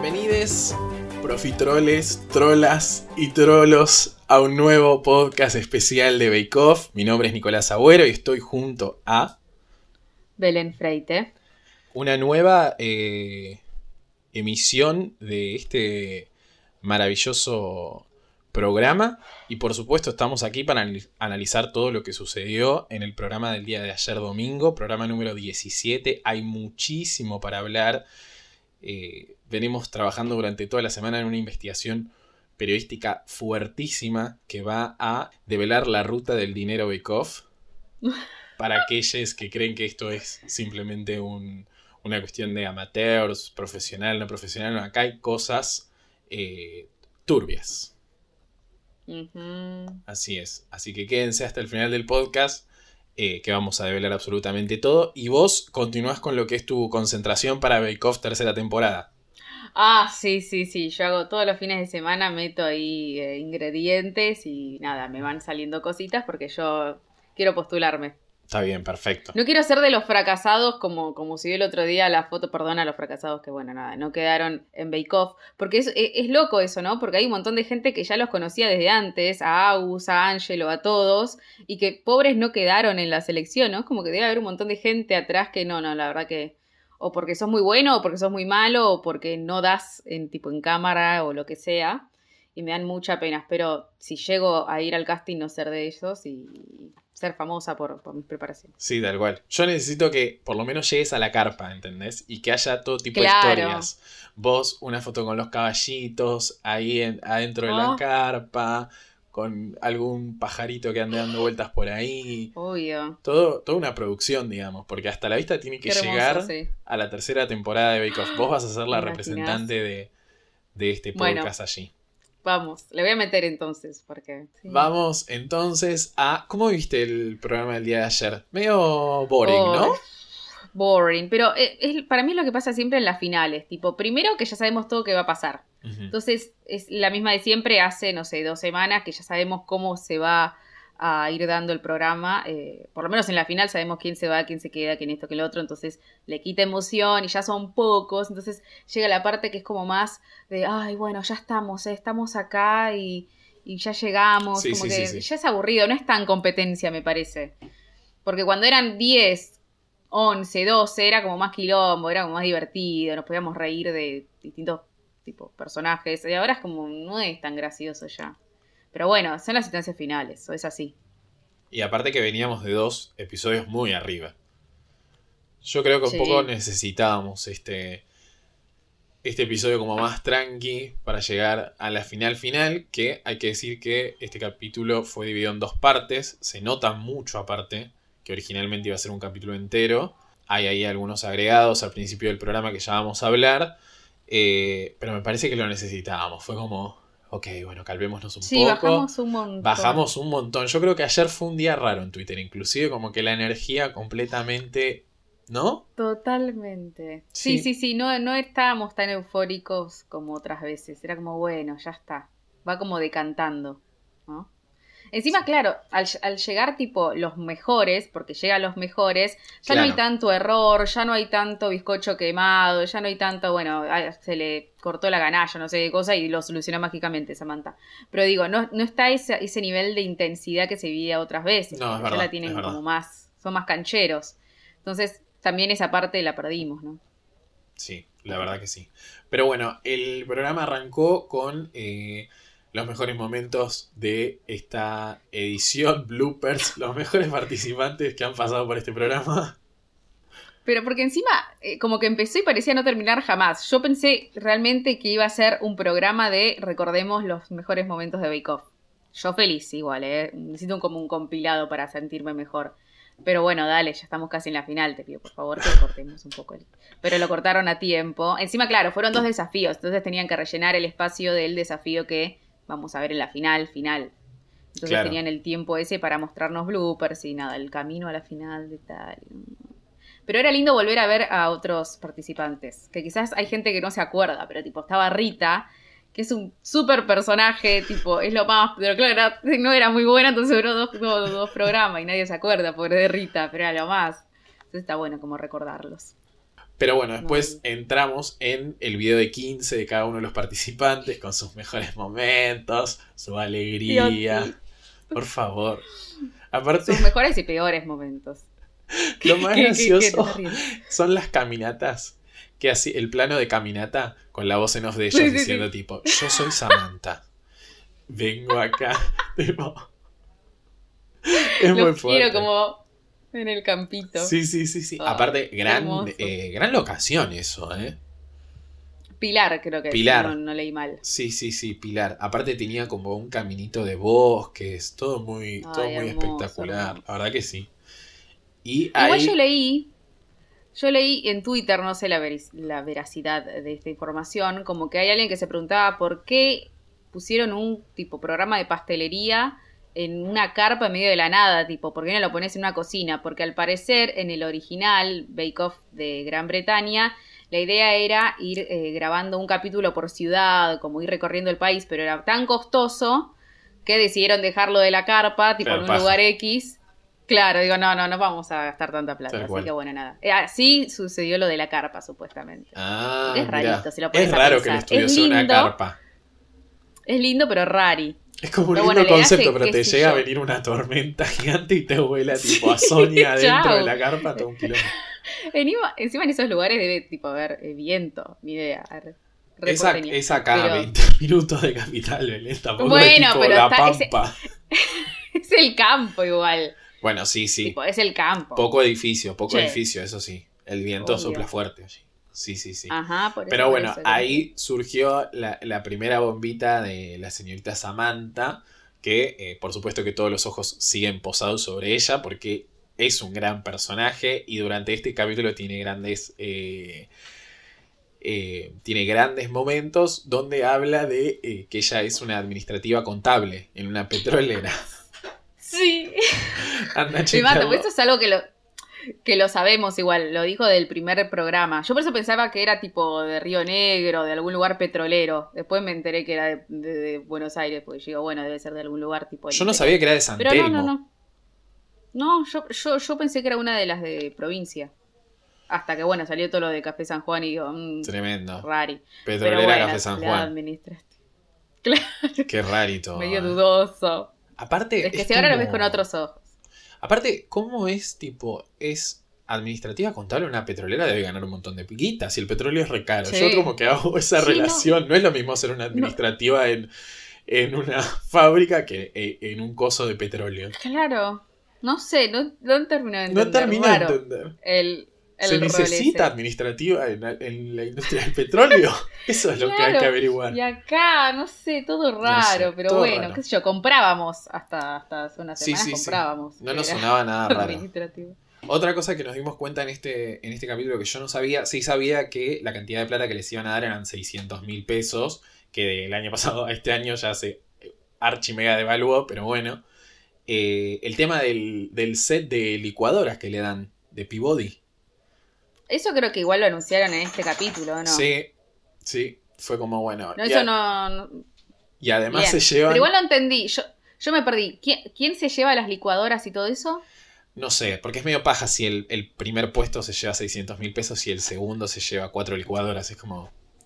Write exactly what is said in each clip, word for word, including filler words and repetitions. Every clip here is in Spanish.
Bienvenidos, profitroles, trolas y trolos, a un nuevo podcast especial de Bake Off. Mi nombre es Nicolás Agüero y estoy junto a... Belén Freite. Una nueva eh, emisión de este maravilloso programa. Y por supuesto estamos aquí para analizar todo lo que sucedió en el programa del día de ayer domingo. Programa número diecisiete. Hay muchísimo para hablar. Eh, venimos trabajando durante toda la semana en una investigación periodística fuertísima que va a develar la ruta del dinero Bake Off. Para aquellos que creen que esto es simplemente un, una cuestión de amateurs, profesional, no profesional. No, acá hay cosas eh, turbias. Uh-huh. Así es. Así que quédense hasta el final del podcast, eh, que vamos a develar absolutamente todo. Y vos continuás con lo que es tu concentración para Bake Off tercera temporada. Ah, sí, sí, sí. Yo hago todos los fines de semana, meto ahí eh, ingredientes y nada, me van saliendo cositas porque yo quiero postularme. Está bien, perfecto. No quiero ser de los fracasados como, como subió el otro día la foto, perdón a los fracasados que bueno, nada, no quedaron en Bake Off. Porque es, es, es loco eso, ¿no? Porque hay un montón de gente que ya los conocía desde antes, a Agus, a Ángelo, a todos, y que pobres no quedaron en la selección, ¿no? Es como que debe haber un montón de gente atrás que no, no, la verdad que... O porque sos muy bueno, o porque sos muy malo, o porque no das en tipo en cámara o lo que sea. Y me dan mucha pena. Espero, si llego a ir al casting, no ser de ellos y ser famosa por, por mis preparaciones. Sí, tal cual. Yo necesito que por lo menos llegues a la carpa, ¿entendés? Y que haya todo tipo claro. de historias. Vos, una foto con los caballitos, ahí en, adentro de oh. la carpa, con algún pajarito que ande dando vueltas por ahí. Obvio. Todo, toda una producción, digamos, porque hasta la vista tiene que hermoso, llegar sí. a la tercera temporada de Bake Off. Vos vas a ser la ¿Me representante de, de este podcast bueno. allí. Vamos, le voy a meter entonces, porque... Sí. Vamos entonces a... ¿Cómo viste el programa del día de ayer? Medio boring, oh, ¿no? Boring, pero es, es, para mí es lo que pasa siempre en las finales. Tipo, primero que ya sabemos todo que va a pasar. Uh-huh. Entonces, es la misma de siempre, hace, no sé, dos semanas que ya sabemos cómo se va a ir dando el programa. Eh, por lo menos en la final sabemos quién se va, quién se queda, quién esto, quién lo otro. Entonces le quita emoción y ya son pocos. Entonces llega la parte que es como más de, ay, bueno, ya estamos, eh, estamos acá y, y ya llegamos. Sí, como sí, que sí, sí. ya es aburrido, no es tan competencia, me parece. Porque cuando eran diez, once, doce, era como más quilombo, era como más divertido. Nos podíamos reír de distintos tipos personajes. Y ahora es como, no es tan gracioso ya. Pero bueno, son las instancias finales, o es así. Y aparte que veníamos de dos episodios muy arriba. Yo creo que sí. un poco necesitábamos este, este episodio como más tranqui para llegar a la final final, que hay que decir que este capítulo fue dividido en dos partes. Se nota mucho aparte que originalmente iba a ser un capítulo entero. Hay ahí algunos agregados al principio del programa que ya vamos a hablar. Eh, pero me parece que lo necesitábamos. Fue como... Ok, bueno, calvémonos un sí, poco. Sí, bajamos un montón. Bajamos un montón. Yo creo que ayer fue un día raro en Twitter, inclusive como que la energía completamente... ¿No? Totalmente. Sí, sí, sí, sí. No, no estábamos tan eufóricos como otras veces. Era como, bueno, ya está. Va como decantando, ¿no? Encima, sí. claro, al, al llegar tipo los mejores, porque llegan los mejores, ya claro. no hay tanto error, ya no hay tanto bizcocho quemado, ya no hay tanto, bueno, se le cortó la ganalla, no sé qué cosa, y lo solucionó mágicamente Samantha. Pero digo, no, no está ese, ese nivel de intensidad que se vivía otras veces. No, es verdad, ya la tienen como más, son más cancheros. Entonces, también esa parte la perdimos, ¿no? Sí, la verdad que sí. Pero bueno, el programa arrancó con... Eh, los mejores momentos de esta edición, bloopers, los mejores participantes que han pasado por este programa. Pero porque encima, eh, como que empezó y parecía no terminar jamás. Yo pensé realmente que iba a ser un programa de, recordemos, los mejores momentos de Bake Off. Yo feliz igual, ¿eh? Necesito un, como un compilado para sentirme mejor. Pero bueno, dale, ya estamos casi en la final, te pido por favor que cortemos un poco. El... Pero lo cortaron a tiempo. Encima, claro, fueron dos desafíos, entonces tenían que rellenar el espacio del desafío que... vamos a ver en la final, final. Entonces claro. tenían el tiempo ese para mostrarnos bloopers y nada, el camino a la final de tal. Pero era lindo volver a ver a otros participantes. Que quizás hay gente que no se acuerda, pero tipo estaba Rita, que es un súper personaje, tipo, es lo más... Pero claro, era, no era muy buena, entonces duró dos, dos, dos programas y nadie se acuerda, pobre de Rita, pero era lo más. Entonces está bueno como recordarlos. Pero bueno, después no. entramos en el video de quince de cada uno de los participantes con sus mejores momentos, su alegría. Dios, sí. Por favor. Aparte, sus mejores y peores momentos. Lo más ¿Qué, gracioso qué, qué son las caminatas. Que así, el plano de caminata con la voz en off de ellos sí, diciendo sí, sí. tipo, yo soy Samantha. Vengo acá. Tipo, es Los muy fuerte. Quiero como en el campito. Sí, sí, sí, sí. Oh, aparte, gran, eh, gran locación eso, ¿eh? Pilar, creo que Pilar. No, no leí mal. Sí, sí, sí, Pilar. Aparte tenía como un caminito de bosques, todo muy, Ay, todo muy hermoso, espectacular. Hermoso. La verdad que sí. Y Igual ahí... yo leí, yo leí en Twitter, no sé la, ver, la veracidad de esta información, como que hay alguien que se preguntaba por qué pusieron un tipo programa de pastelería en una carpa en medio de la nada, tipo, ¿por qué no lo pones en una cocina? Porque al parecer en el original Bake Off de Gran Bretaña, la idea era ir eh, grabando un capítulo por ciudad, como ir recorriendo el país, pero era tan costoso que decidieron dejarlo de la carpa, tipo claro, en un paja. lugar X. Claro, digo, no, no, no vamos a gastar tanta plata, Tal así cual. que bueno, nada. Así sucedió lo de la carpa, supuestamente. Ah, es mirá. rarito, si lo pones Es a raro pensar. que el estudio sea una carpa. Es lindo, pero rari. Es como un pero lindo bueno, concepto, pero te llega yo. a venir una tormenta gigante y te vuela tipo a Sonia dentro de la carpa todo un kilómetro. Encima, encima en esos lugares debe tipo haber eh, viento, ni idea. Esa, esa acá, pero... veinte minutos de Capital, Belén, tampoco bueno, es tipo pero la está, Pampa. Es, es el campo igual. Bueno, sí, sí. Tipo, es el campo. Poco edificio, poco che. edificio, eso sí. El viento Obvio. sopla fuerte allí. Sí, sí, sí. Ajá, por eso, Pero bueno, por eso, ahí surgió la, la primera bombita de la señorita Samantha, que eh, por supuesto que todos los ojos siguen posados sobre ella, porque es un gran personaje y durante este capítulo tiene grandes... Eh, eh, tiene grandes momentos donde habla de eh, que ella es una administrativa contable en una petrolera. Sí. Anda, Me mata, pues esto es algo que lo, que lo sabemos igual, lo dijo del primer programa. Yo por eso pensaba que era tipo de Río Negro, de algún lugar petrolero. Después me enteré que era de, de, de Buenos Aires, porque digo, bueno, debe ser de algún lugar tipo... Yo no sabía que era de San Pero Telmo. no, no, no. No, yo, yo, yo pensé que era una de las de provincia. Hasta que, bueno, salió todo lo de Café San Juan y digo... Mmm, Tremendo. Rari. Petrolera Pero bueno, Café San Juan. Claro. Qué rarito. Medio dudoso. Aparte... Es que es si ahora como... lo ves con otros ojos. Aparte, ¿cómo es, tipo, es administrativa contable una petrolera? Debe ganar un montón de piquitas y el petróleo es re caro. Sí. Yo como que hago esa sí, relación. No. no es lo mismo ser una administrativa no. en, en una fábrica que en un coso de petróleo. Claro. No sé, no, no termino de entender. No termino de entender. El... El ¿Se necesita administrativa en, en la industria del petróleo? Eso es lo claro, que hay que averiguar. Y acá, no sé, todo raro, no sé, pero todo bueno, raro. Qué sé yo, comprábamos hasta, hasta hace unas semanas, sí, sí, comprábamos. Sí. No nos sonaba nada raro. Otra cosa que nos dimos cuenta en este, en este capítulo que yo no sabía, sí sabía que la cantidad de plata que les iban a dar eran seiscientos mil pesos, que del año pasado a este año ya se archi mega devaluó, pero bueno. Eh, el tema del, del set de licuadoras que le dan, de Peabody. Eso creo que igual lo anunciaron en este capítulo, ¿no? Sí, sí, fue como bueno. No, eso a... no, no... Y además Bien. se llevan... Pero igual lo entendí, yo, yo me perdí. ¿Quién, ¿Quién se lleva las licuadoras y todo eso? No sé, porque es medio paja si el, el primer puesto se lleva seiscientos mil pesos y el segundo se lleva cuatro licuadoras, es como...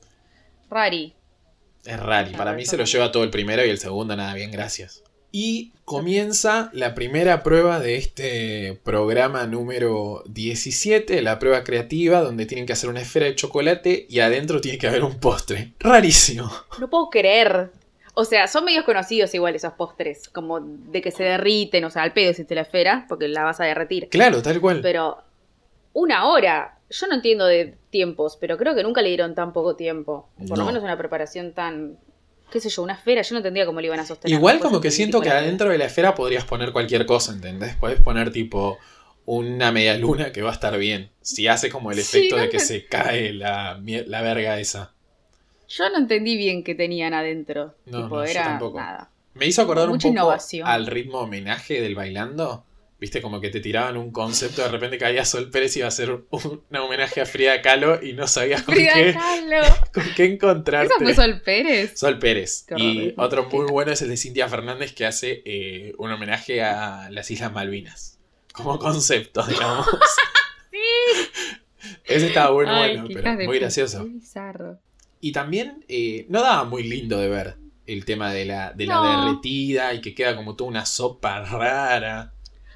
Rari. Es rari, para mí se lo lleva todo el primero y el segundo nada, bien, gracias. Y comienza la primera prueba de este programa número diecisiete, la prueba creativa, donde tienen que hacer una esfera de chocolate y adentro tiene que haber un postre. Rarísimo. No puedo creer. O sea, son medios conocidos igual esos postres, como de que se derriten, o sea, al pedo hiciste la esfera, porque la vas a derretir. Claro, tal cual. Pero una hora, yo no entiendo de tiempos, pero creo que nunca le dieron tan poco tiempo. Por no. lo menos una preparación tan... qué sé yo, una esfera, yo no entendía cómo le iban a sostener. Igual como que siento que adentro de la esfera podrías poner cualquier cosa, ¿entendés? Podés poner tipo una media luna que va a estar bien. Si hace como el efecto sí, no de que me... se cae la, la verga esa. Yo no entendí bien qué tenían adentro. No, tipo, no, era yo tampoco. Nada. Me hizo acordar Mucha un poco innovación. al ritmo homenaje del bailando. Viste, como que te tiraban un concepto, de repente caía Sol Pérez y iba a hacer un, un homenaje a Frida Kahlo y no sabías con Frida qué, Kahlo. con qué encontrarte. ¿Eso fue Sol Pérez? Sol Pérez. Qué y horror. otro muy bueno es el de Cintia Fernández, que hace eh, un homenaje a las Islas Malvinas. Como concepto, digamos. Sí. Ese estaba bueno, Ay, bueno, qué pero hijas de muy puta, gracioso. qué bizarro. Y también eh, no daba muy lindo de ver el tema de la, de la No. derretida y que queda como toda una sopa rara.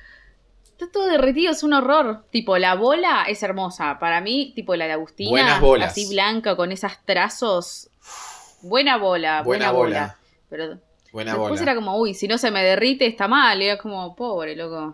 Está todo derretido, es un horror. Tipo, la bola es hermosa. Para mí, tipo, la de Agustina, Buenas bolas. así blanca, con esos trazos. Buena bola, Buena buena, bola. bola. Pero Buena después bola. era como, uy, si no se me derrite está mal. Era como, pobre, loco.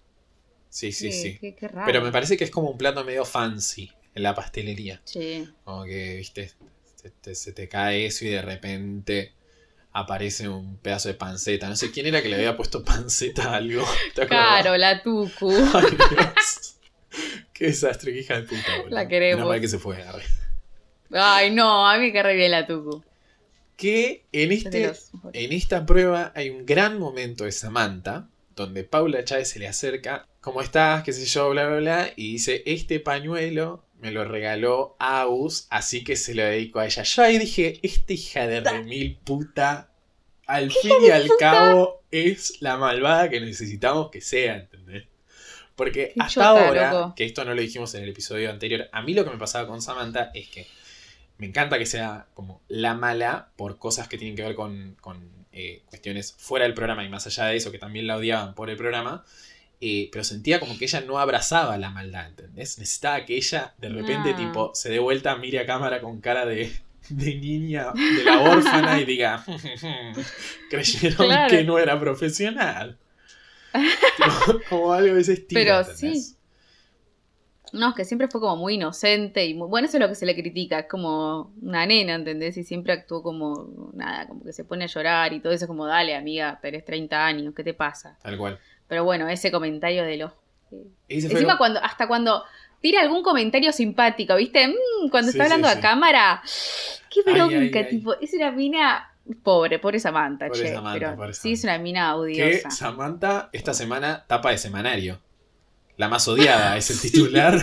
Sí, sí, Qué, sí. qué- qué raro. Pero me parece que es como un plato medio fancy en la pastelería. Sí. Como que, viste, se te, se te cae eso y de repente aparece un pedazo de panceta. No sé quién era que le había puesto panceta a algo. ¿Te acordás? Caro, la tucu. Ay, Dios. Qué desastre, qué hija de puta, boludo. La queremos. Menos mal que se fue. Arre. Ay, no, a mí me cae re bien la tucu. Que en, Es de este, los mejores. en esta prueba hay un gran momento de Samantha, donde Paula Chávez se le acerca, ¿cómo estás? Qué sé yo, bla, bla, bla, y dice, este pañuelo me lo regaló Agus, así que se lo dedico a ella. Yo ahí dije, esta hija de remil puta, al fin y al cabo, es la malvada que necesitamos que sea, ¿entendés? Porque Qué hasta chota, ahora, loco. que esto no lo dijimos en el episodio anterior, a mí lo que me pasaba con Samantha es que me encanta que sea como la mala por cosas que tienen que ver con, con eh, cuestiones fuera del programa y más allá de eso, que también la odiaban por el programa. Eh, pero sentía como que ella no abrazaba la maldad, ¿entendés? Necesitaba que ella de repente Ah. tipo se dé vuelta, mire a cámara con cara de, de niña de la órfana y diga, creyeron Claro. que no era profesional. Tipo, como algo de ese estilo. Pero ¿entendés? sí. No, es que siempre fue como muy inocente y muy... Bueno, eso es lo que se le critica, es como una nena, ¿entendés? Y siempre actuó como, nada, como que se pone a llorar y todo eso, como, dale, amiga, tenés treinta años, ¿qué te pasa? Tal cual. Pero bueno, ese comentario de los... Ese fue Encima como- cuando, hasta cuando tira algún comentario simpático, ¿viste? Mm, cuando Sí, está sí, hablando sí. a cámara, qué Ay, bronca, ay, ay. tipo, es una mina... Pobre, pobre Samantha, Pobre che, Samantha, pero pobre sí es Samantha. una mina que odiosa. Samantha esta semana tapa de semanario. La más odiada es el titular.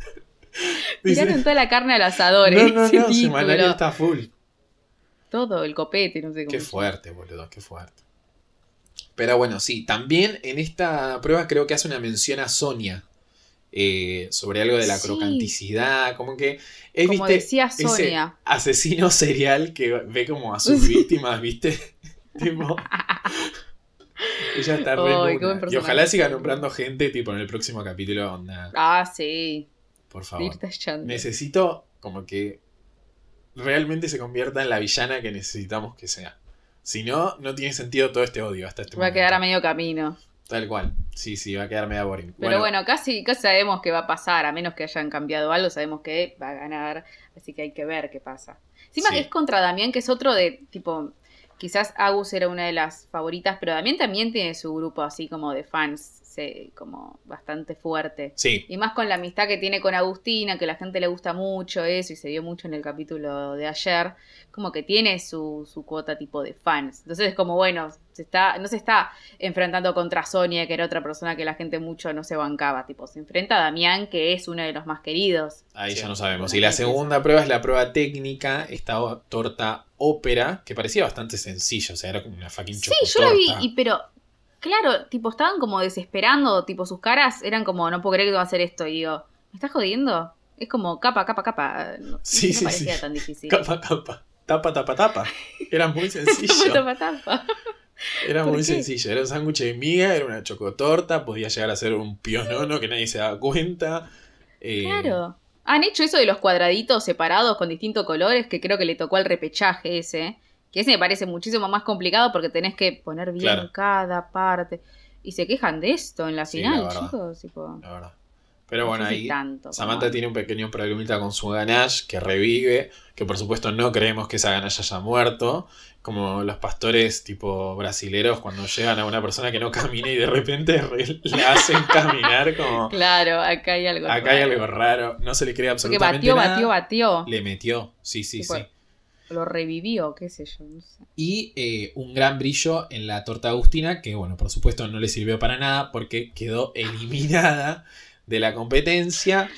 Tiraron toda la carne al asador, no, eh, no, ese no, título. semanario está full. Todo, el copete, no sé cómo. Qué se fuerte, boludo, qué fuerte. Pero bueno, sí, también en esta prueba creo que hace una mención a Sonia. eh, sobre algo de la Sí. crocanticidad, como que es, Como ¿viste? decía Ese Sonia. asesino serial que ve como a sus víctimas, ¿viste? Tipo, ella está re Ay, en qué una. buen Y personaje. ojalá siga nombrando gente tipo en el próximo capítulo, onda, Ah, sí. por favor. Dirta Chandler. Necesito como que realmente se convierta en la villana que necesitamos que sea. Si no, no tiene sentido todo este odio hasta este Va a momento. quedar a medio camino. Tal cual. Sí, sí, va a quedar media boring. Pero bueno, casi, casi sabemos qué va a pasar. A menos que hayan cambiado algo, sabemos que va a ganar. Así que hay que ver qué pasa. Encima Sí. que es contra Damián, que es otro de, tipo... Quizás Agus era una de las favoritas, pero Damián también tiene su grupo así como de fans, se- como bastante fuerte. Sí, Y más con la amistad que tiene con Agustina, que a la gente le gusta mucho eso, y se vio mucho en el capítulo de ayer, como que tiene su, su cuota tipo de fans. Entonces es como, bueno, se está, no se está enfrentando contra Sonia, que era otra persona que la gente mucho no se bancaba, tipo, se enfrenta a Damián, que es uno de los más queridos. ahí Sí, ya no sabemos. bueno, Y la ahí sí. segunda prueba es la prueba técnica, esta o- torta ópera, que parecía bastante sencillo, o sea, era como una fucking Sí, yo la vi, chocotorta. y pero, claro, tipo, estaban como desesperando, tipo, sus caras eran como, no puedo creer que va a hacer esto, y digo, ¿me estás jodiendo? Es como capa, capa, capa. No, Sí, no sí, parecía sí. tan difícil. Capa, capa. Tapa, tapa, tapa. Era muy sencillo. Tapa, tapa, tapa. Era ¿Por muy qué? sencillo. Era un sándwich de miga, era una chocotorta, podía llegar a ser un pionono que nadie se daba cuenta. Eh, Claro. Han hecho eso de los cuadraditos separados con distintos colores, que creo que le tocó al repechaje ese. Que ese me parece muchísimo más complicado porque tenés que poner bien Claro. cada parte. Y se quejan de esto en la Sí, final, la verdad. chicos. Tipo, La verdad. Pero no bueno, sé si ahí tanto, Samantha como- tiene un pequeño problemita con su ganache que revive, que por supuesto no creemos que esa ganache haya muerto, como los pastores tipo brasileros cuando llegan a una persona que no camina y de repente re- la hacen caminar como Claro, acá hay algo. acá hay raro. algo raro, no se le cree Porque absolutamente batió, nada. batió, batió. Le metió, sí, sí, Tipo, sí. Lo revivió, qué sé yo, no sé. Y eh, un gran brillo en la torta agustina, que bueno, por supuesto no le sirvió para nada porque quedó eliminada de la competencia.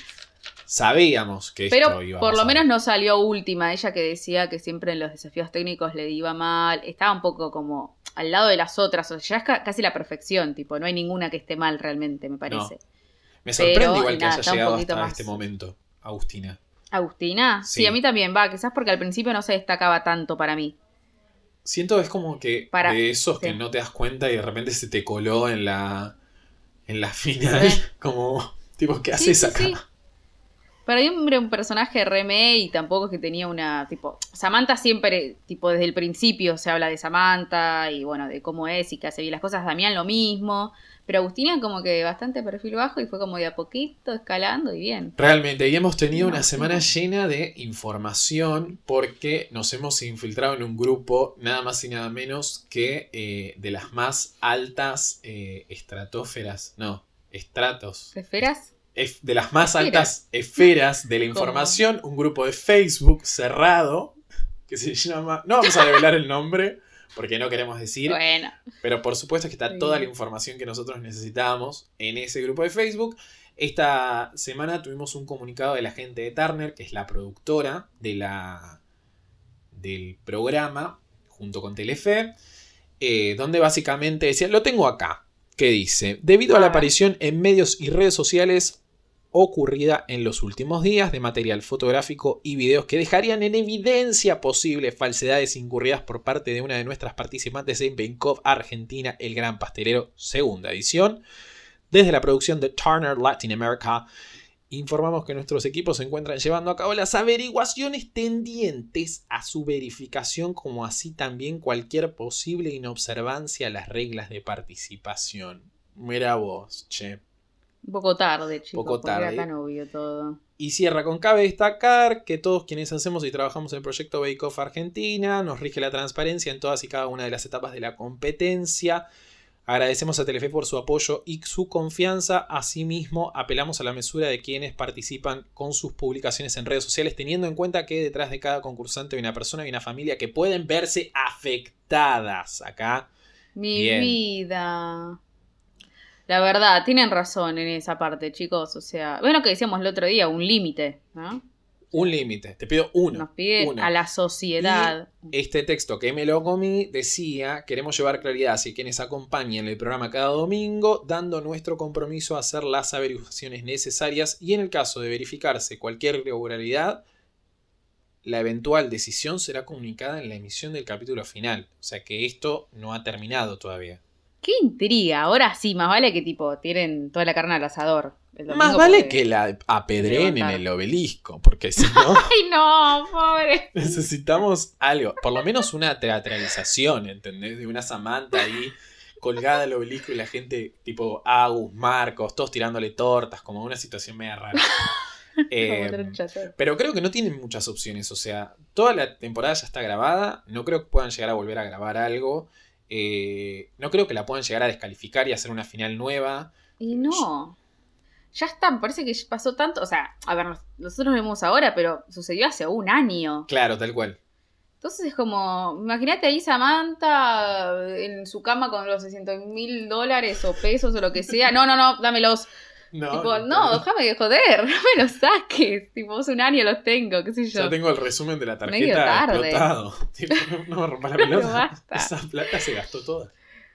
Sabíamos que esto Pero iba a por lo pasar. menos no salió última. Ella que decía que siempre en los desafíos técnicos le iba mal. Estaba un poco como al lado de las otras. O sea, ya es ca- casi la perfección. Tipo, no hay ninguna que esté mal realmente, me parece. Me sorprende Pero, igual y que nada, haya está un llegado poquito hasta más- este momento. Agustina. ¿Agustina? Sí. sí, a mí también, va, quizás porque al principio no se destacaba tanto para mí. Siento es como que para, de esos sí. que no te das cuenta y de repente se te coló en la en la final, sí. como, tipo, ¿qué haces sí, sí, acá? Sí. Para mí era un personaje remé y tampoco es que tenía una, tipo, Samantha siempre, tipo, desde el principio se habla de Samantha y, bueno, de cómo es y que hace bien las cosas. Damián lo mismo, pero Agustina como que bastante perfil bajo y fue como de a poquito escalando y bien. Realmente, y hemos tenido no, una semana no. llena de información porque nos hemos infiltrado en un grupo nada más y nada menos que eh, de las más altas eh, estratosferas, no, estratos. ¿Esferas? De las más esferas. altas esferas de la información, ¿Cómo? Un grupo de Facebook cerrado que se llama, no vamos a revelar el nombre porque no queremos decir, bueno. pero por supuesto que está sí. toda la información que nosotros necesitábamos en ese grupo de Facebook. Esta semana tuvimos un comunicado de la gente de Turner, que es la productora de la, del programa, junto con Telefe, eh, donde básicamente decía, lo tengo acá, que dice, debido a la aparición en medios y redes sociales ocurrida en los últimos días de material fotográfico y videos que dejarían en evidencia posibles falsedades incurridas por parte de una de nuestras participantes en Bake Off Argentina, El Gran Pastelero, segunda edición. Desde la producción de Turner Latin America, informamos que nuestros equipos se encuentran llevando a cabo las averiguaciones tendientes a su verificación, como así también cualquier posible inobservancia a las reglas de participación. Mira vos, che. Un poco tarde, chicos, poco tarde. Porque era tan obvio todo. Y cierra con: cabe destacar que todos quienes hacemos y trabajamos en el proyecto Bake Off Argentina nos rige la transparencia en todas y cada una de las etapas de la competencia. Agradecemos a Telefe por su apoyo y su confianza. Asimismo, apelamos a la mesura de quienes participan con sus publicaciones en redes sociales, teniendo en cuenta que detrás de cada concursante hay una persona y una familia que pueden verse afectadas. Acá, mi bien. vida. La verdad, tienen razón en esa parte, chicos. O sea, bueno, que decíamos el otro día, un límite, ¿no? Un límite, te pido uno. Nos pide uno. A la sociedad. Y este texto que me lo comí decía: queremos llevar claridad hacia quienes acompañan el programa cada domingo, dando nuestro compromiso a hacer las averiguaciones necesarias y en el caso de verificarse cualquier irregularidad, la eventual decisión será comunicada en la emisión del capítulo final. O sea que esto no ha terminado todavía. ¡Qué intriga! Ahora sí, más vale que tipo tiren toda la carne al asador. Más vale que la apedreen en el obelisco, porque si no... ¡Ay, no, pobre! Necesitamos algo, por lo menos una teatralización, ¿entendés? De una Samantha ahí colgada al obelisco y la gente tipo Agus, Marcos, todos tirándole tortas, como una situación media rara. eh, pero creo que no tienen muchas opciones, o sea, toda la temporada ya está grabada, no creo que puedan llegar a volver a grabar algo, eh, no creo que la puedan llegar a descalificar y hacer una final nueva. Y no... Ya está, me parece que pasó tanto. O sea, a ver, nosotros vemos ahora, pero sucedió hace un año. Claro, tal cual. Entonces es como, imagínate ahí Samantha en su cama con los seiscientos mil dólares o pesos o lo que sea. No, no, no, dámelos. No, tipo, no, no, déjame de joder, no me los saques. Tipo, hace un año los tengo, qué sé yo. Ya tengo el resumen de la tarjeta explotado. Tipo, no, no me rompas la pelota. Esa plata se gastó toda.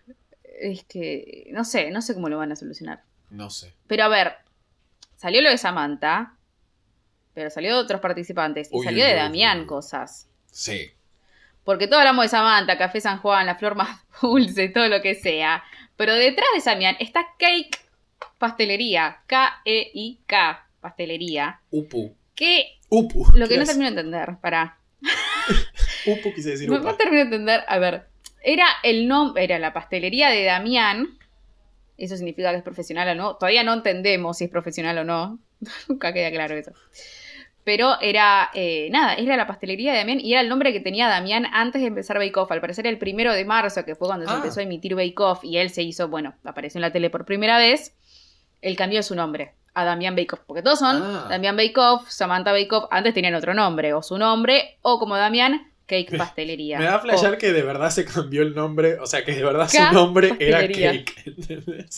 Es que, no sé, no sé cómo lo van a solucionar. No sé. Pero a ver, salió lo de Samantha, pero salió de otros participantes. Y uy, salió uy, de Damián uy. Cosas. Sí. Porque todos hablamos de Samantha, Café San Juan, la flor más dulce, todo lo que sea. Pero detrás de Damián está Cake Pastelería. K E I K Pastelería. Upu. Que Upu. Lo que no termino de entender, pará. Upu quise decir no, upa. No termino de entender, a ver. Era el nombre, era la pastelería de Damián. Eso significa que es profesional o no. Todavía no entendemos si es profesional o no. Nunca queda claro eso. Pero era, eh, nada, era la pastelería de Damián y era el nombre que tenía Damián antes de empezar Bake Off. Al parecer el primero de marzo, que fue cuando ah. se empezó a emitir Bake Off y él se hizo, bueno, apareció en la tele por primera vez, él cambió su nombre a Damián Bake Off. Porque todos son ah. Damián Bake Off, Samantha Bake Off. Antes tenían otro nombre, o su nombre, o como Damián, Cake Pastelería. Me da a flashear oh. que de verdad se cambió el nombre, o sea, que de verdad su nombre era Cake, ¿entendés?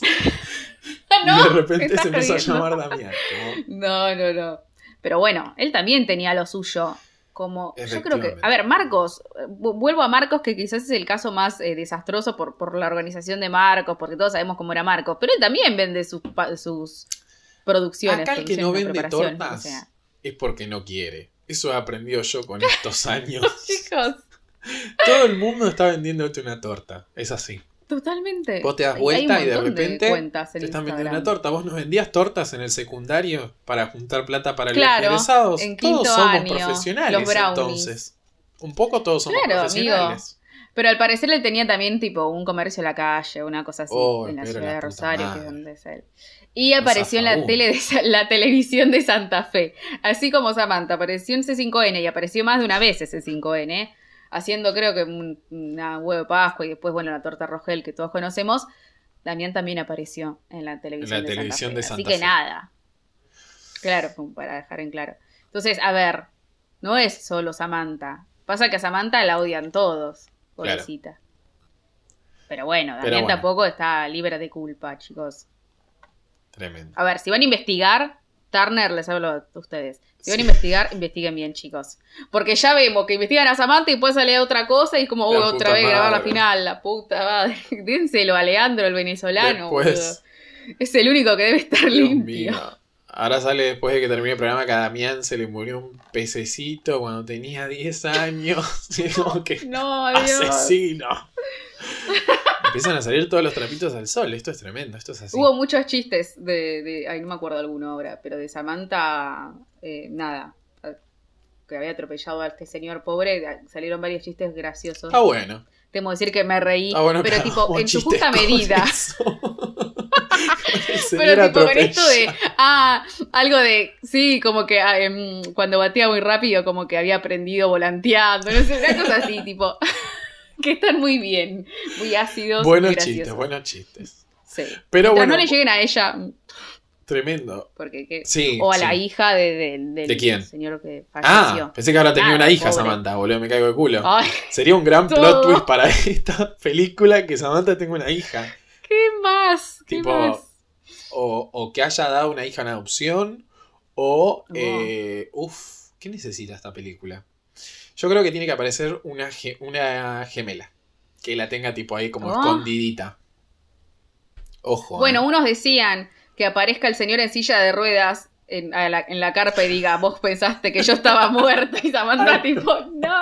No, y de repente se empezó a llamar Damián. No, no, no. Pero bueno, él también tenía lo suyo. Como, yo creo que... A ver, Marcos, vuelvo a Marcos, que quizás es el caso más eh, desastroso por, por la organización de Marcos, porque todos sabemos cómo era Marcos, pero él también vende sus, sus producciones. Acá el que no vende tortas... O sea, es porque no quiere. Eso he aprendido yo con estos años. Chicos. Todo el mundo está vendiéndote una torta. Es así. Totalmente. Vos te das vuelta y de repente te están vendiendo una torta. Vos nos vendías tortas en el secundario para juntar plata para claro, los egresados. En todos somos año, profesionales los brownies. Entonces. Un poco todos somos claro, profesionales. Amigo. Pero al parecer él tenía también tipo un comercio en la calle, una cosa así, oh, en la ciudad la de Rosario, madre. que es donde es él. Y apareció en la tele de, la televisión de Santa Fe. Así como Samantha apareció en C cinco N y apareció más de una vez en C cinco N. Haciendo creo que un, una huevo de Pascua y después, bueno, la torta Rogel que todos conocemos. Damián también apareció en la televisión, en la de, televisión Santa de Santa Fe. Fe. Así que nada. Claro, para dejar en claro. Entonces, a ver, no es solo Samantha. Pasa que a Samantha la odian todos, pobrecita. Claro. Pero bueno, Damián Pero bueno. tampoco está libre de culpa, chicos. Tremendo. A ver, si van a investigar, Turner, les hablo a ustedes. Si van a investigar, investiguen bien, chicos. Porque ya vemos que investigan a Samantha y después sale otra cosa y es como, uy, otra vez madre. grabar la final, la puta madre. Dénselo a Leandro, el venezolano. Después, es el único que debe estar Dios limpio. Mío. Ahora sale después de que termine el programa que a Damián se le murió un pececito cuando tenía diez años. Como que no, Dios. Asesino. Empiezan a salir todos los trapitos al sol. Esto es tremendo, esto es así. Hubo muchos chistes de... de ay, no me acuerdo alguno ahora, pero de Samantha, eh, nada, que había atropellado a este señor pobre, salieron varios chistes graciosos. Ah, bueno. Tengo que decir que me reí, ah, bueno, pero tipo, en su justa medida. Pero tipo con esto de, ah, algo de, sí, como que ah, eh, cuando batía muy rápido, como que había aprendido volanteando, no sé, una cosa así, tipo... que están muy bien, muy ácidos. Buenos muy chistes, buenos chistes. Sí. Pero bueno, no le lleguen a ella. Tremendo. Porque, ¿qué? Sí, o a sí. la hija de, de, del ¿De quién? señor que falleció. Ah, pensé que ahora tenía Nada, una hija, pobre. Samantha, boludo, me caigo de culo. Ay, sería un gran todo. plot twist para esta película que Samantha tenga una hija. ¿Qué más? ¿Qué tipo, más? O, o que haya dado una hija en adopción, o... Oh. Eh, uf, ¿qué necesita esta película? Yo creo que tiene que aparecer una, ge una gemela. Que la tenga tipo ahí como oh. escondidita. Ojo. Bueno, ¿eh? unos decían que aparezca el señor en silla de ruedas en, la, en la carpa y diga, vos pensaste que yo estaba muerta. Y Samantha tipo, no.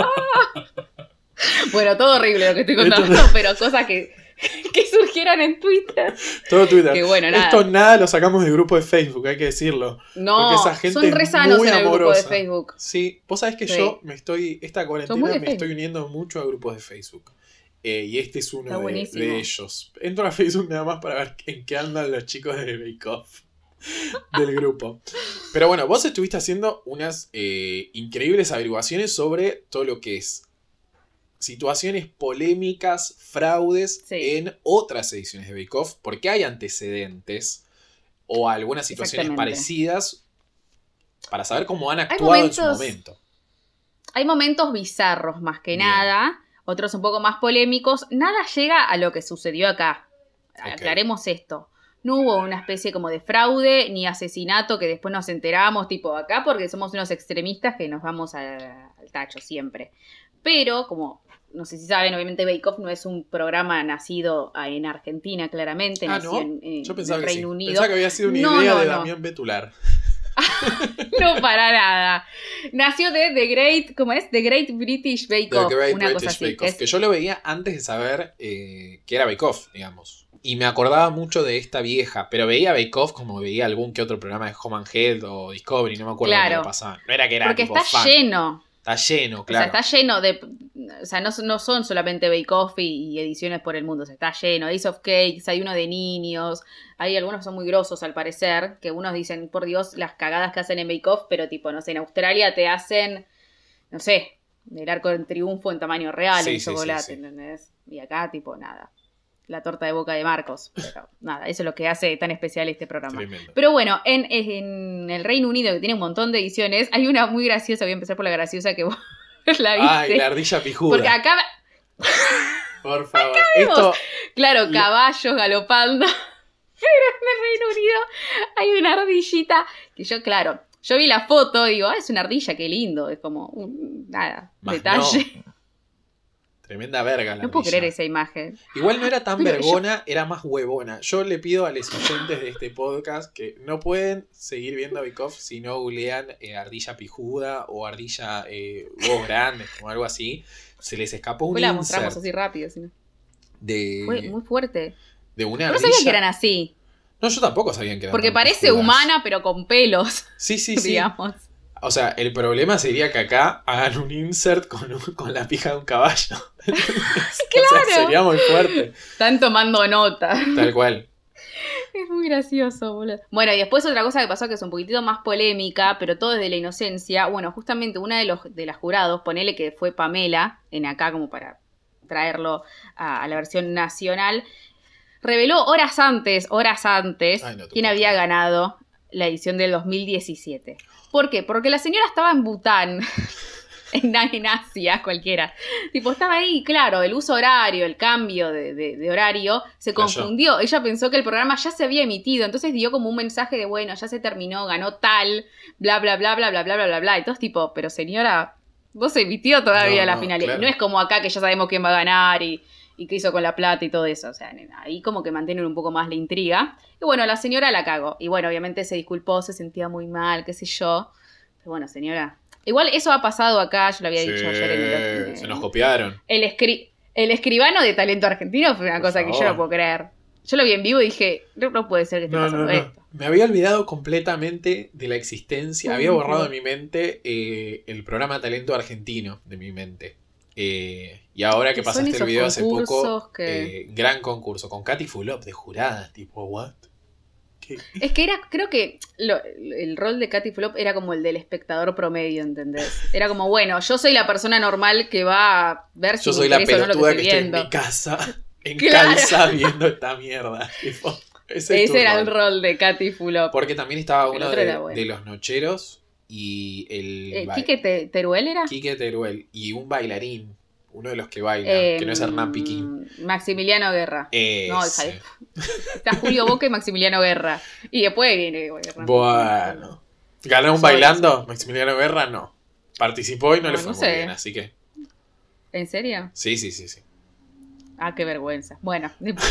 Bueno, todo horrible lo que estoy contando, Esto... pero cosas que, que surgieran en Twitter. Todo Twitter. Que bueno, nada. Esto nada lo sacamos del grupo de Facebook, hay que decirlo. No, porque esa gente son re sanos muy en el amorosa. grupo de Facebook. Sí, vos sabés que sí. yo me estoy, esta cuarentena me estoy uniendo mucho a grupos de Facebook. Eh, y este es uno de, de ellos. Entro a Facebook nada más para ver en qué andan los chicos de Bake Off del grupo. Pero bueno, vos estuviste haciendo unas eh, increíbles averiguaciones sobre todo lo que es situaciones polémicas, fraudes sí. en otras ediciones de Bake Off, porque hay antecedentes o algunas situaciones parecidas para saber cómo han actuado momentos, en su momento. Hay momentos bizarros más que Bien. nada. Otros un poco más polémicos. Nada llega a lo que sucedió acá. Okay. Aclaremos esto. No hubo una especie como de fraude ni asesinato que después nos enteramos tipo acá porque somos unos extremistas que nos vamos a, al tacho siempre. Pero, como no sé si saben, obviamente Bake Off no es un programa nacido en Argentina, claramente. Ah, nació ¿no? en, en Yo pensaba en que Reino sí. Unido. Pensaba que había sido una no, idea no, de no. Damián Betular. No, para nada. Nació de The Great, ¿cómo es? The Great British Bake Off. The Great una British cosa así, Bake que, Off, es... que yo lo veía antes de saber eh, que era Bake Off, digamos. Y me acordaba mucho de esta vieja, pero veía Bake Off como veía algún que otro programa de Home and Health o Discovery, no me acuerdo claro. de qué pasaba. No era que era Porque tipo está fan. lleno. Está lleno, claro. O sea, está lleno de... O sea, no, no son solamente Bake Off y, y ediciones por el mundo. O sea, está lleno. Ace of Cakes, hay uno de niños. Hay algunos que son muy grosos al parecer. Que unos dicen, por Dios, las cagadas que hacen en Bake Off. Pero tipo, no sé, en Australia te hacen, no sé, el arco del triunfo en tamaño real, sí, en sí, chocolate, sí, sí. ¿entendés? Y acá, tipo, nada. La torta de boca de Marcos. Pero nada, eso es lo que hace tan especial este programa. Tremendo. Pero bueno, en, en el Reino Unido, que tiene un montón de ediciones, hay una muy graciosa. Voy a empezar por la graciosa que vos la viste. Ay, la ardilla pijuda. Porque acá... Por favor. Acá vemos, Esto... claro, caballos galopando. Pero en el Reino Unido hay una ardillita que yo, claro, yo vi la foto y digo, ah, es una ardilla, qué lindo. Es como, un, nada, Más detalle. No. Tremenda verga la No puedo Brilla. creer esa imagen. Igual no era tan Pero vergona, era más huevona. Yo le pido a los oyentes de este podcast que no pueden seguir viendo Bake Off si no googlean eh, ardilla pijuda o ardilla eh, huevos grandes o algo así. Se les escapó un Después la insert mostramos así rápido. ¿Sí? de, Fue muy fuerte. de una Pero no ardilla. sabía que eran así. No, yo tampoco sabía que eran Porque tan parece pijudas. humana, pero con pelos. Sí, sí, sí. Digamos. O sea, el problema sería que acá hagan un insert con, un- con la pija de un caballo. Claro. O sea, sería muy fuerte. Están tomando nota. Tal cual. Es muy gracioso, boludo. Bueno, y después otra cosa que pasó que es un poquitito más polémica, pero todo desde la inocencia. Bueno, justamente una de los de las jurados, ponele que fue Pamela, en acá como para traerlo a, a la versión nacional, reveló horas antes, horas antes, Ay, no te quién puedo había creer. ganado la edición del dos mil diecisiete. ¿Por qué? Porque la señora estaba en Bután. En, en Asia, cualquiera. Tipo, estaba ahí, claro, el uso horario, el cambio de, de- de horario, se Flasheó. confundió. Ella pensó que el programa ya se había emitido, entonces dio como un mensaje de, bueno, ya se terminó, ganó tal, bla, bla, bla, bla, bla, bla, bla, bla, bla. Y todos tipo, pero señora, vos se emitió todavía No, la no, final. claro. No es como acá que ya sabemos quién va a ganar y, y qué hizo con la plata y todo eso. O sea, ahí como que mantienen un poco más la intriga. Y bueno, la señora la cagó. Y bueno, obviamente se disculpó, se sentía muy mal, qué sé yo. Pero bueno, señora... Igual eso ha pasado acá, yo lo había Sí, dicho ayer en el... en- se nos copiaron. el, escri- el escribano de talento argentino fue una Por cosa que yo favor. no puedo creer. Yo lo vi en vivo y dije, no, no puede ser que esté No, pasando no, no. esto. Me había olvidado completamente de la existencia. Uy, Había borrado no. de mi mente eh, el programa Talento Argentino de mi mente. Eh, y ahora que Que son pasaste el esos video hace poco, concursos que- eh, gran concurso con Katy Fulop de jurada, tipo, ¿what? ¿Qué? Es que era, creo que lo- el rol de Katy Flop era como el del espectador promedio, ¿entendés? Era como, bueno, yo soy la persona normal que va a ver si Yo me soy la interesa o no lo pelotuda que que estoy estoy en viendo. mi casa, en Claro. calza, viendo esta mierda. Tipo, ese es tu Ese era el rol. rol de Katy Fulop. Porque también estaba El uno otro de, era bueno. de los nocheros y el... Eh, ba- ¿Quique Te- Teruel era? Quique Teruel y un bailarín, uno de los que baila, Eh, que no es Hernán Piquín. Maximiliano Guerra. No, hija Ese. de- Está Julio Boca y Maximiliano Guerra. Y después viene Hernán Bueno. ¿Ganó un Soy bailando? Maximiliano Guerra no. Participó y no, No, le fue no muy sé. bien, así que... ¿En serio? Sí, sí, sí, sí. Ah, qué vergüenza. Bueno,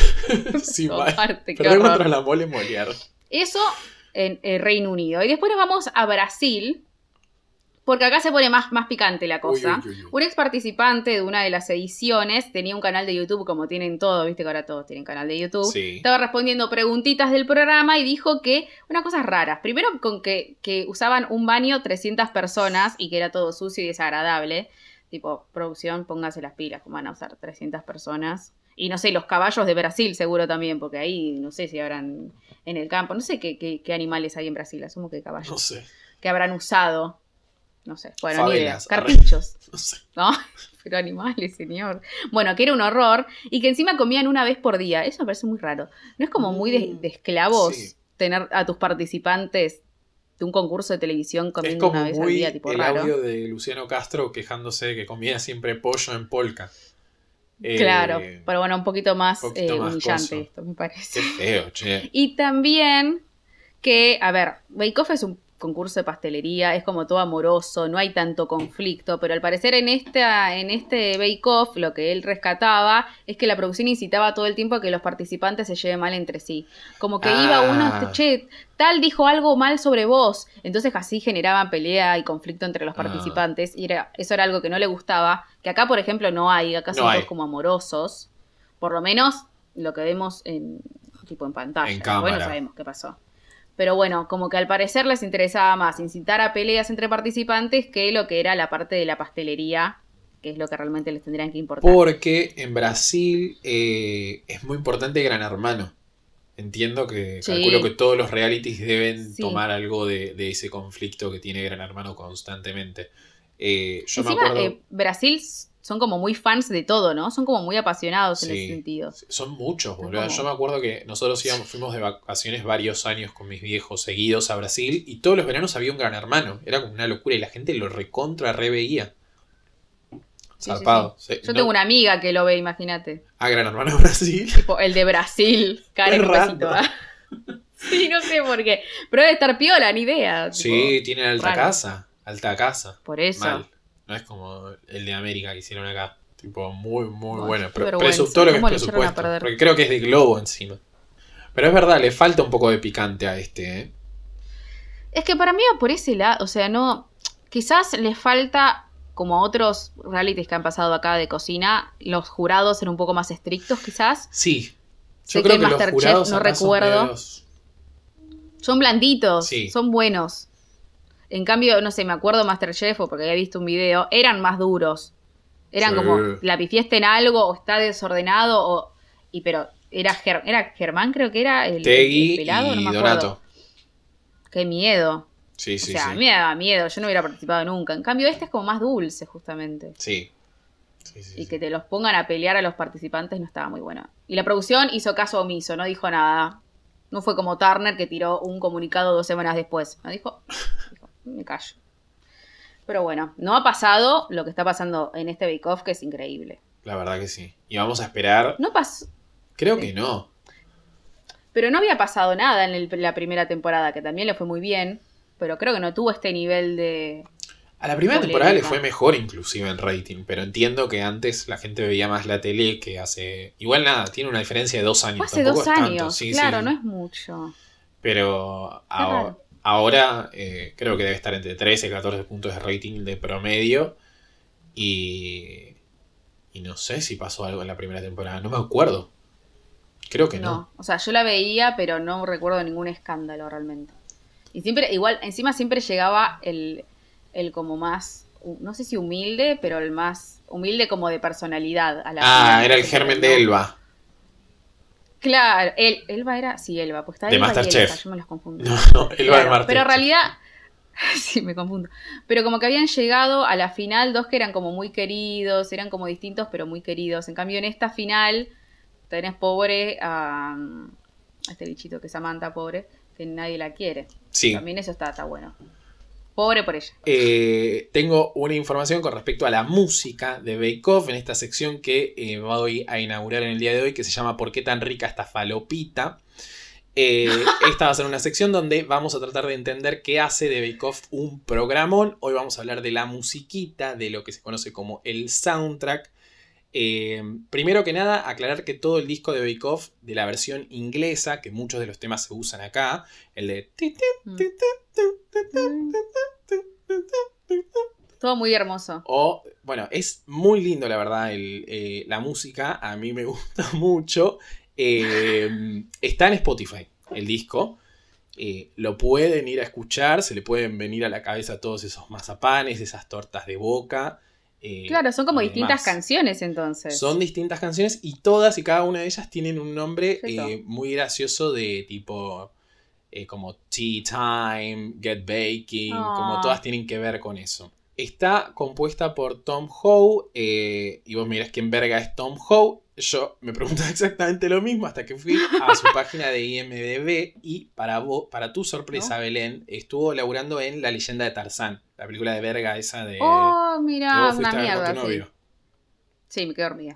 Sí, todo mal. parte, qué Perdió horror. contra la mole Molière. Eso en el Reino Unido. Y después nos vamos a Brasil, porque acá se pone más, más picante la cosa. Uy, uy, uy, uy. Un ex participante de una de las ediciones tenía un canal de YouTube, como tienen todos, viste que ahora todos tienen canal de YouTube. Sí. Estaba respondiendo preguntitas del programa y dijo que unas cosas raras. Primero con que, que usaban un baño trescientas personas y que era todo sucio y desagradable. Tipo, producción, póngase las pilas, como van a usar trescientas personas. Y no sé, los caballos de Brasil seguro también, porque ahí no sé si habrán en el campo. No sé qué, qué, qué animales hay en Brasil, asumo que caballos. No sé, Que habrán usado. No sé, bueno, ni idea. Favelas, Carpinchos. no sé. ¿No? Pero animales, señor. Bueno, que era un horror. Y que encima comían una vez por día. Eso me parece muy raro. ¿No es como muy de, Mm, de esclavos sí. tener a tus participantes de un concurso de televisión Es comiendo como una vez al muy día, tipo el raro? audio de Luciano Castro quejándose de que comía siempre pollo en polka. Eh, Claro, pero bueno, un poquito más, un poquito eh, más humillante coso. esto, me parece. Qué feo, che. Y también que, a ver, Bake Off es un concurso de pastelería, es como todo amoroso, no hay tanto conflicto, pero al parecer en esta, en este Bake Off lo que él rescataba es que la producción incitaba todo el tiempo a que los participantes se lleven mal entre sí. Como que Ah. iba uno, che, tal dijo algo mal sobre vos, entonces así generaban pelea y conflicto entre los Ah. participantes, y era, eso era algo que no le gustaba, que acá por ejemplo no hay, acá No son hay. todos como amorosos, por lo menos lo que vemos en tipo en pantalla. En Después cámara. no sabemos qué pasó. Pero bueno, como que al parecer les interesaba más incitar a peleas entre participantes que lo que era la parte de la pastelería, que es lo que realmente les tendrían que importar. Porque en Brasil eh, es muy importante Gran Hermano. Entiendo que Sí. calculo que todos los realities deben Sí. tomar algo de, de ese conflicto que tiene Gran Hermano constantemente. Eh, yo Encima, me acuerdo... eh, Brasil son como muy fans de todo, ¿no? Son como muy apasionados en Sí. ese sentido. Son muchos, Son boludo. como- Yo me acuerdo que nosotros íbamos, fuimos de vacaciones varios años con mis viejos seguidos a Brasil y todos los veranos había un Gran Hermano. Era como una locura y la gente lo recontra reveía. Sí, Zarpado. sí, sí. Sí, Yo no- tengo una amiga que lo ve, imagínate. Ah, Gran Hermano Brasil. Tipo, el de Brasil. Karen, Qué un besito, random. ¿ah? Sí, no sé por qué. Pero debe estar piola, ni idea. tipo, Sí, tienen alta raro. casa. Alta casa. Por eso. Mal. No es como el de América que hicieron acá. Tipo, muy, muy Bueno, buena. qué Pero vergüenza. presu- todo lo que es ¿Cómo lo echaron a presupuesto. perder? Porque creo que es de Globo encima. Pero es verdad, le falta un poco de picante a este, ¿eh? Es que para mí va por ese lado, o sea, no... Quizás le falta, como a otros realities que han pasado acá de cocina, los jurados ser un poco más estrictos, quizás. Sí. Sé Yo creo que que los Masterchef jurados no acá son recuerdo. medios- Son blanditos, Sí. son buenos. En cambio, no sé, me acuerdo Masterchef o porque había visto un video, eran más duros. Eran Sí. como, la pifiesta en algo o está desordenado o... Y pero era, Ger- era Germán, creo que era el, el Tegui pelado, no y me acuerdo. Donato. Qué miedo. Sí, O sí, sea, a sí. mí me daba miedo, yo no hubiera participado nunca. En cambio, este es como más dulce, justamente. Sí. Sí, sí, Y sí. que te los pongan a pelear a los participantes no estaba muy bueno. Y la producción hizo caso omiso, no dijo nada. No fue como Turner que tiró un comunicado dos semanas después. No dijo, dijo, me callo. Pero bueno, no ha pasado lo que está pasando en este Bake Off, que es increíble. La verdad que sí. Y vamos a esperar. No pasó, Creo sí. que no. pero no había pasado nada en el- la primera temporada, que también le fue muy bien. Pero creo que no tuvo este nivel de... A la primera Polémica. temporada le fue mejor inclusive en rating, pero entiendo que antes la gente veía más la tele que hace... Igual nada, tiene una diferencia de dos años. Fue hace tampoco dos es tanto, años, sí, claro, sí. no es mucho. Pero a- raro. ahora eh, creo que debe estar entre trece y catorce puntos de rating de promedio. Y, y no sé si pasó algo en la primera temporada, no me acuerdo. Creo que no. No, o sea, yo la veía, pero no recuerdo ningún escándalo realmente. Y siempre, igual, encima siempre llegaba el, el como más, hu- no sé si humilde, pero el más humilde como de personalidad a la Ah, final. era el Siempre, germen ¿no? de Elba. Claro, el, Elba era, sí, Elba, pues está De Elba y Masterchef. Elsa, yo me los confundo. No, no, Elba de Claro, Marte. pero en realidad, sí, me confundo. Pero como que habían llegado a la final dos que eran como muy queridos, eran como distintos, pero muy queridos. En cambio, en esta final tenés pobre a, a este bichito que es Samantha, pobre, que nadie la quiere. Sí. También eso está, está bueno. Pobre por ella. Eh, tengo una información con respecto a la música de Bake Off en esta sección que eh, voy a inaugurar en el día de hoy, que se llama ¿Por qué tan rica esta falopita? Eh, esta va a ser una sección donde vamos a tratar de entender qué hace de Bake Off un programón. Hoy vamos a hablar de la musiquita, de lo que se conoce como el soundtrack. Eh, primero que nada, aclarar que todo el disco de Bake Off, de la versión inglesa, que muchos de los temas se usan acá, el de... Todo muy hermoso. O, bueno, es muy lindo la verdad el, eh, la música, a mí me gusta mucho. Eh, está en Spotify el disco, eh, lo pueden ir a escuchar, se le pueden venir a la cabeza todos esos mazapanes, esas tortas de boca. Eh, Claro, son como y distintas demás. canciones entonces. Son distintas canciones y todas y cada una de ellas tienen un nombre Perfecto. eh, muy gracioso de tipo eh, como Tea Time, Get Baking, Ah. como todas tienen que ver con eso. Está compuesta por Tom Howe eh, y vos mirás quién verga es Tom Howe. Yo me preguntaba exactamente lo mismo hasta que fui a su página de I M D B y para vos, para tu sorpresa, ¿No? Belén, estuvo laburando en La leyenda de Tarzán, la película de verga esa de... Oh, que mira, vos una fuiste a ver con mierda, tu sí. novio. Sí, me quedé dormida.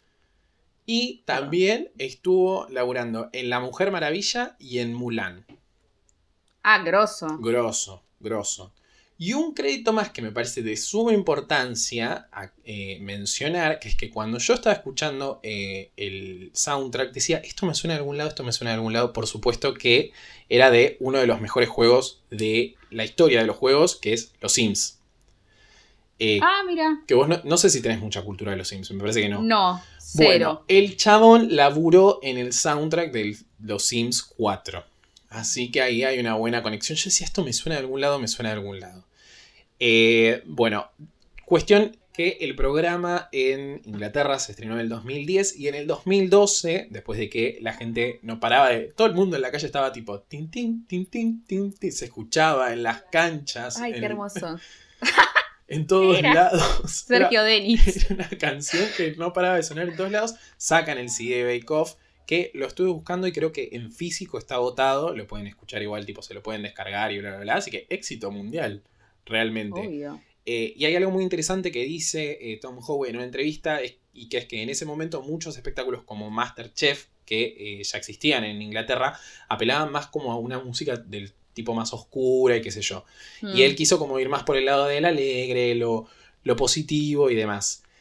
Y también estuvo laburando en La Mujer Maravilla y en Mulan. Ah, grosso. Grosso, grosso. Y un crédito más que me parece de suma importancia a eh, mencionar, que es que cuando yo estaba escuchando eh, el soundtrack, decía, esto me suena de algún lado, esto me suena de algún lado. Por supuesto que era de uno de los mejores juegos de la historia de los juegos, que es Los Sims. Eh, Ah, mira. que vos no, no sé si tenés mucha cultura de Los Sims, me parece que no. No, Bueno, cero. el chabón laburó en el soundtrack de Los Sims cuatro. Así que ahí hay una buena conexión. Yo decía, esto me suena de algún lado, me suena de algún lado. Eh, bueno, cuestión que el programa en Inglaterra se estrenó en el dos mil diez y en el dos mil doce, después de que la gente no paraba de... Todo el mundo en la calle estaba tipo... Tin, tin, tin, tin, tin, tin, se escuchaba en las canchas. Ay, en, qué hermoso. En todos Era lados. Sergio Era- Denis. Era una canción que no paraba de sonar en todos lados. Sacan el C D de Bake Off, que lo estuve buscando y creo que en físico está agotado. Lo pueden escuchar igual, tipo se lo pueden descargar y bla, bla, bla. Así que éxito mundial, realmente. Obvio. Eh, y hay algo muy interesante que dice eh, Tom Howe en una entrevista, es- y que es que en ese momento muchos espectáculos como Masterchef, que eh, ya existían en Inglaterra, apelaban más como a una música del tipo más oscura y qué sé yo. Mm. Y él quiso como ir más por el lado del alegre, lo, lo positivo y demás.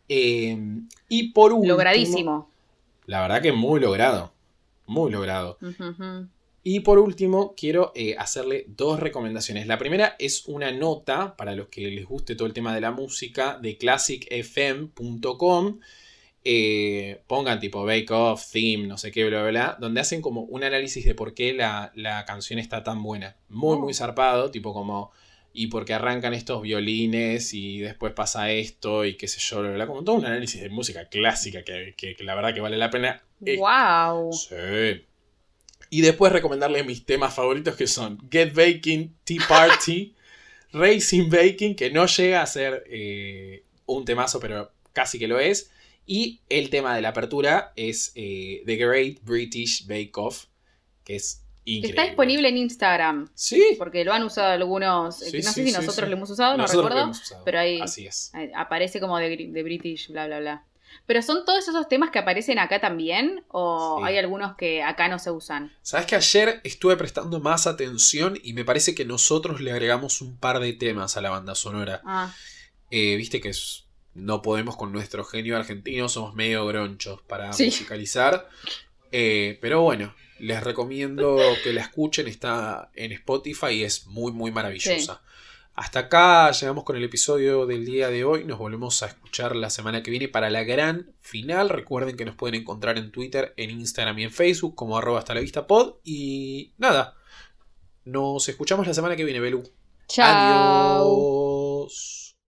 Eh, y por último... Logradísimo. La verdad que muy logrado. Muy logrado. Uh-huh. Y por último, quiero eh, hacerle dos recomendaciones. La primera es una nota, para los que les guste todo el tema de la música, de classic f m punto com. Eh, pongan tipo Bake Off, Theme, no sé qué, bla, bla, bla, donde hacen como un análisis de por qué la, la canción está tan buena. Muy, Oh. muy zarpado, tipo como... Y porque arrancan estos violines y después pasa esto y qué sé yo, bla, bla, bla, como todo un análisis de música clásica que, que, que la verdad que vale la pena. ¡Wow! Sí. Y después recomendarles mis temas favoritos que son Get Baking, Tea Party, Racing Baking, que no llega a ser eh, un temazo, pero casi que lo es. Y el tema de la apertura es eh, The Great British Bake Off, que es increíble. Está disponible en Instagram. Sí. Porque lo han usado algunos. Sí, no sí, sé si sí, nosotros sí. lo hemos usado, Nosotros no lo recuerdo. hemos usado. Pero ahí Así es. aparece como de, de British, bla, bla, bla. ¿Pero son todos esos temas que aparecen acá también? ¿O Sí. hay algunos que acá no se usan? Sabes que ayer estuve prestando más atención y me parece que nosotros le agregamos un par de temas a la banda sonora. Ah. Eh, Viste que es, no podemos con nuestro genio argentino, somos medio gronchos para Sí. musicalizar. Eh, pero bueno, les recomiendo que la escuchen, está en Spotify y es muy muy maravillosa. Sí. Hasta acá llegamos con el episodio del día de hoy. Nos volvemos a escuchar la semana que viene para la gran final. Recuerden que nos pueden encontrar en Twitter, en Instagram y en Facebook como arroba hasta la vista pod. Y nada, nos escuchamos la semana que viene, Belu. Chao. Adiós.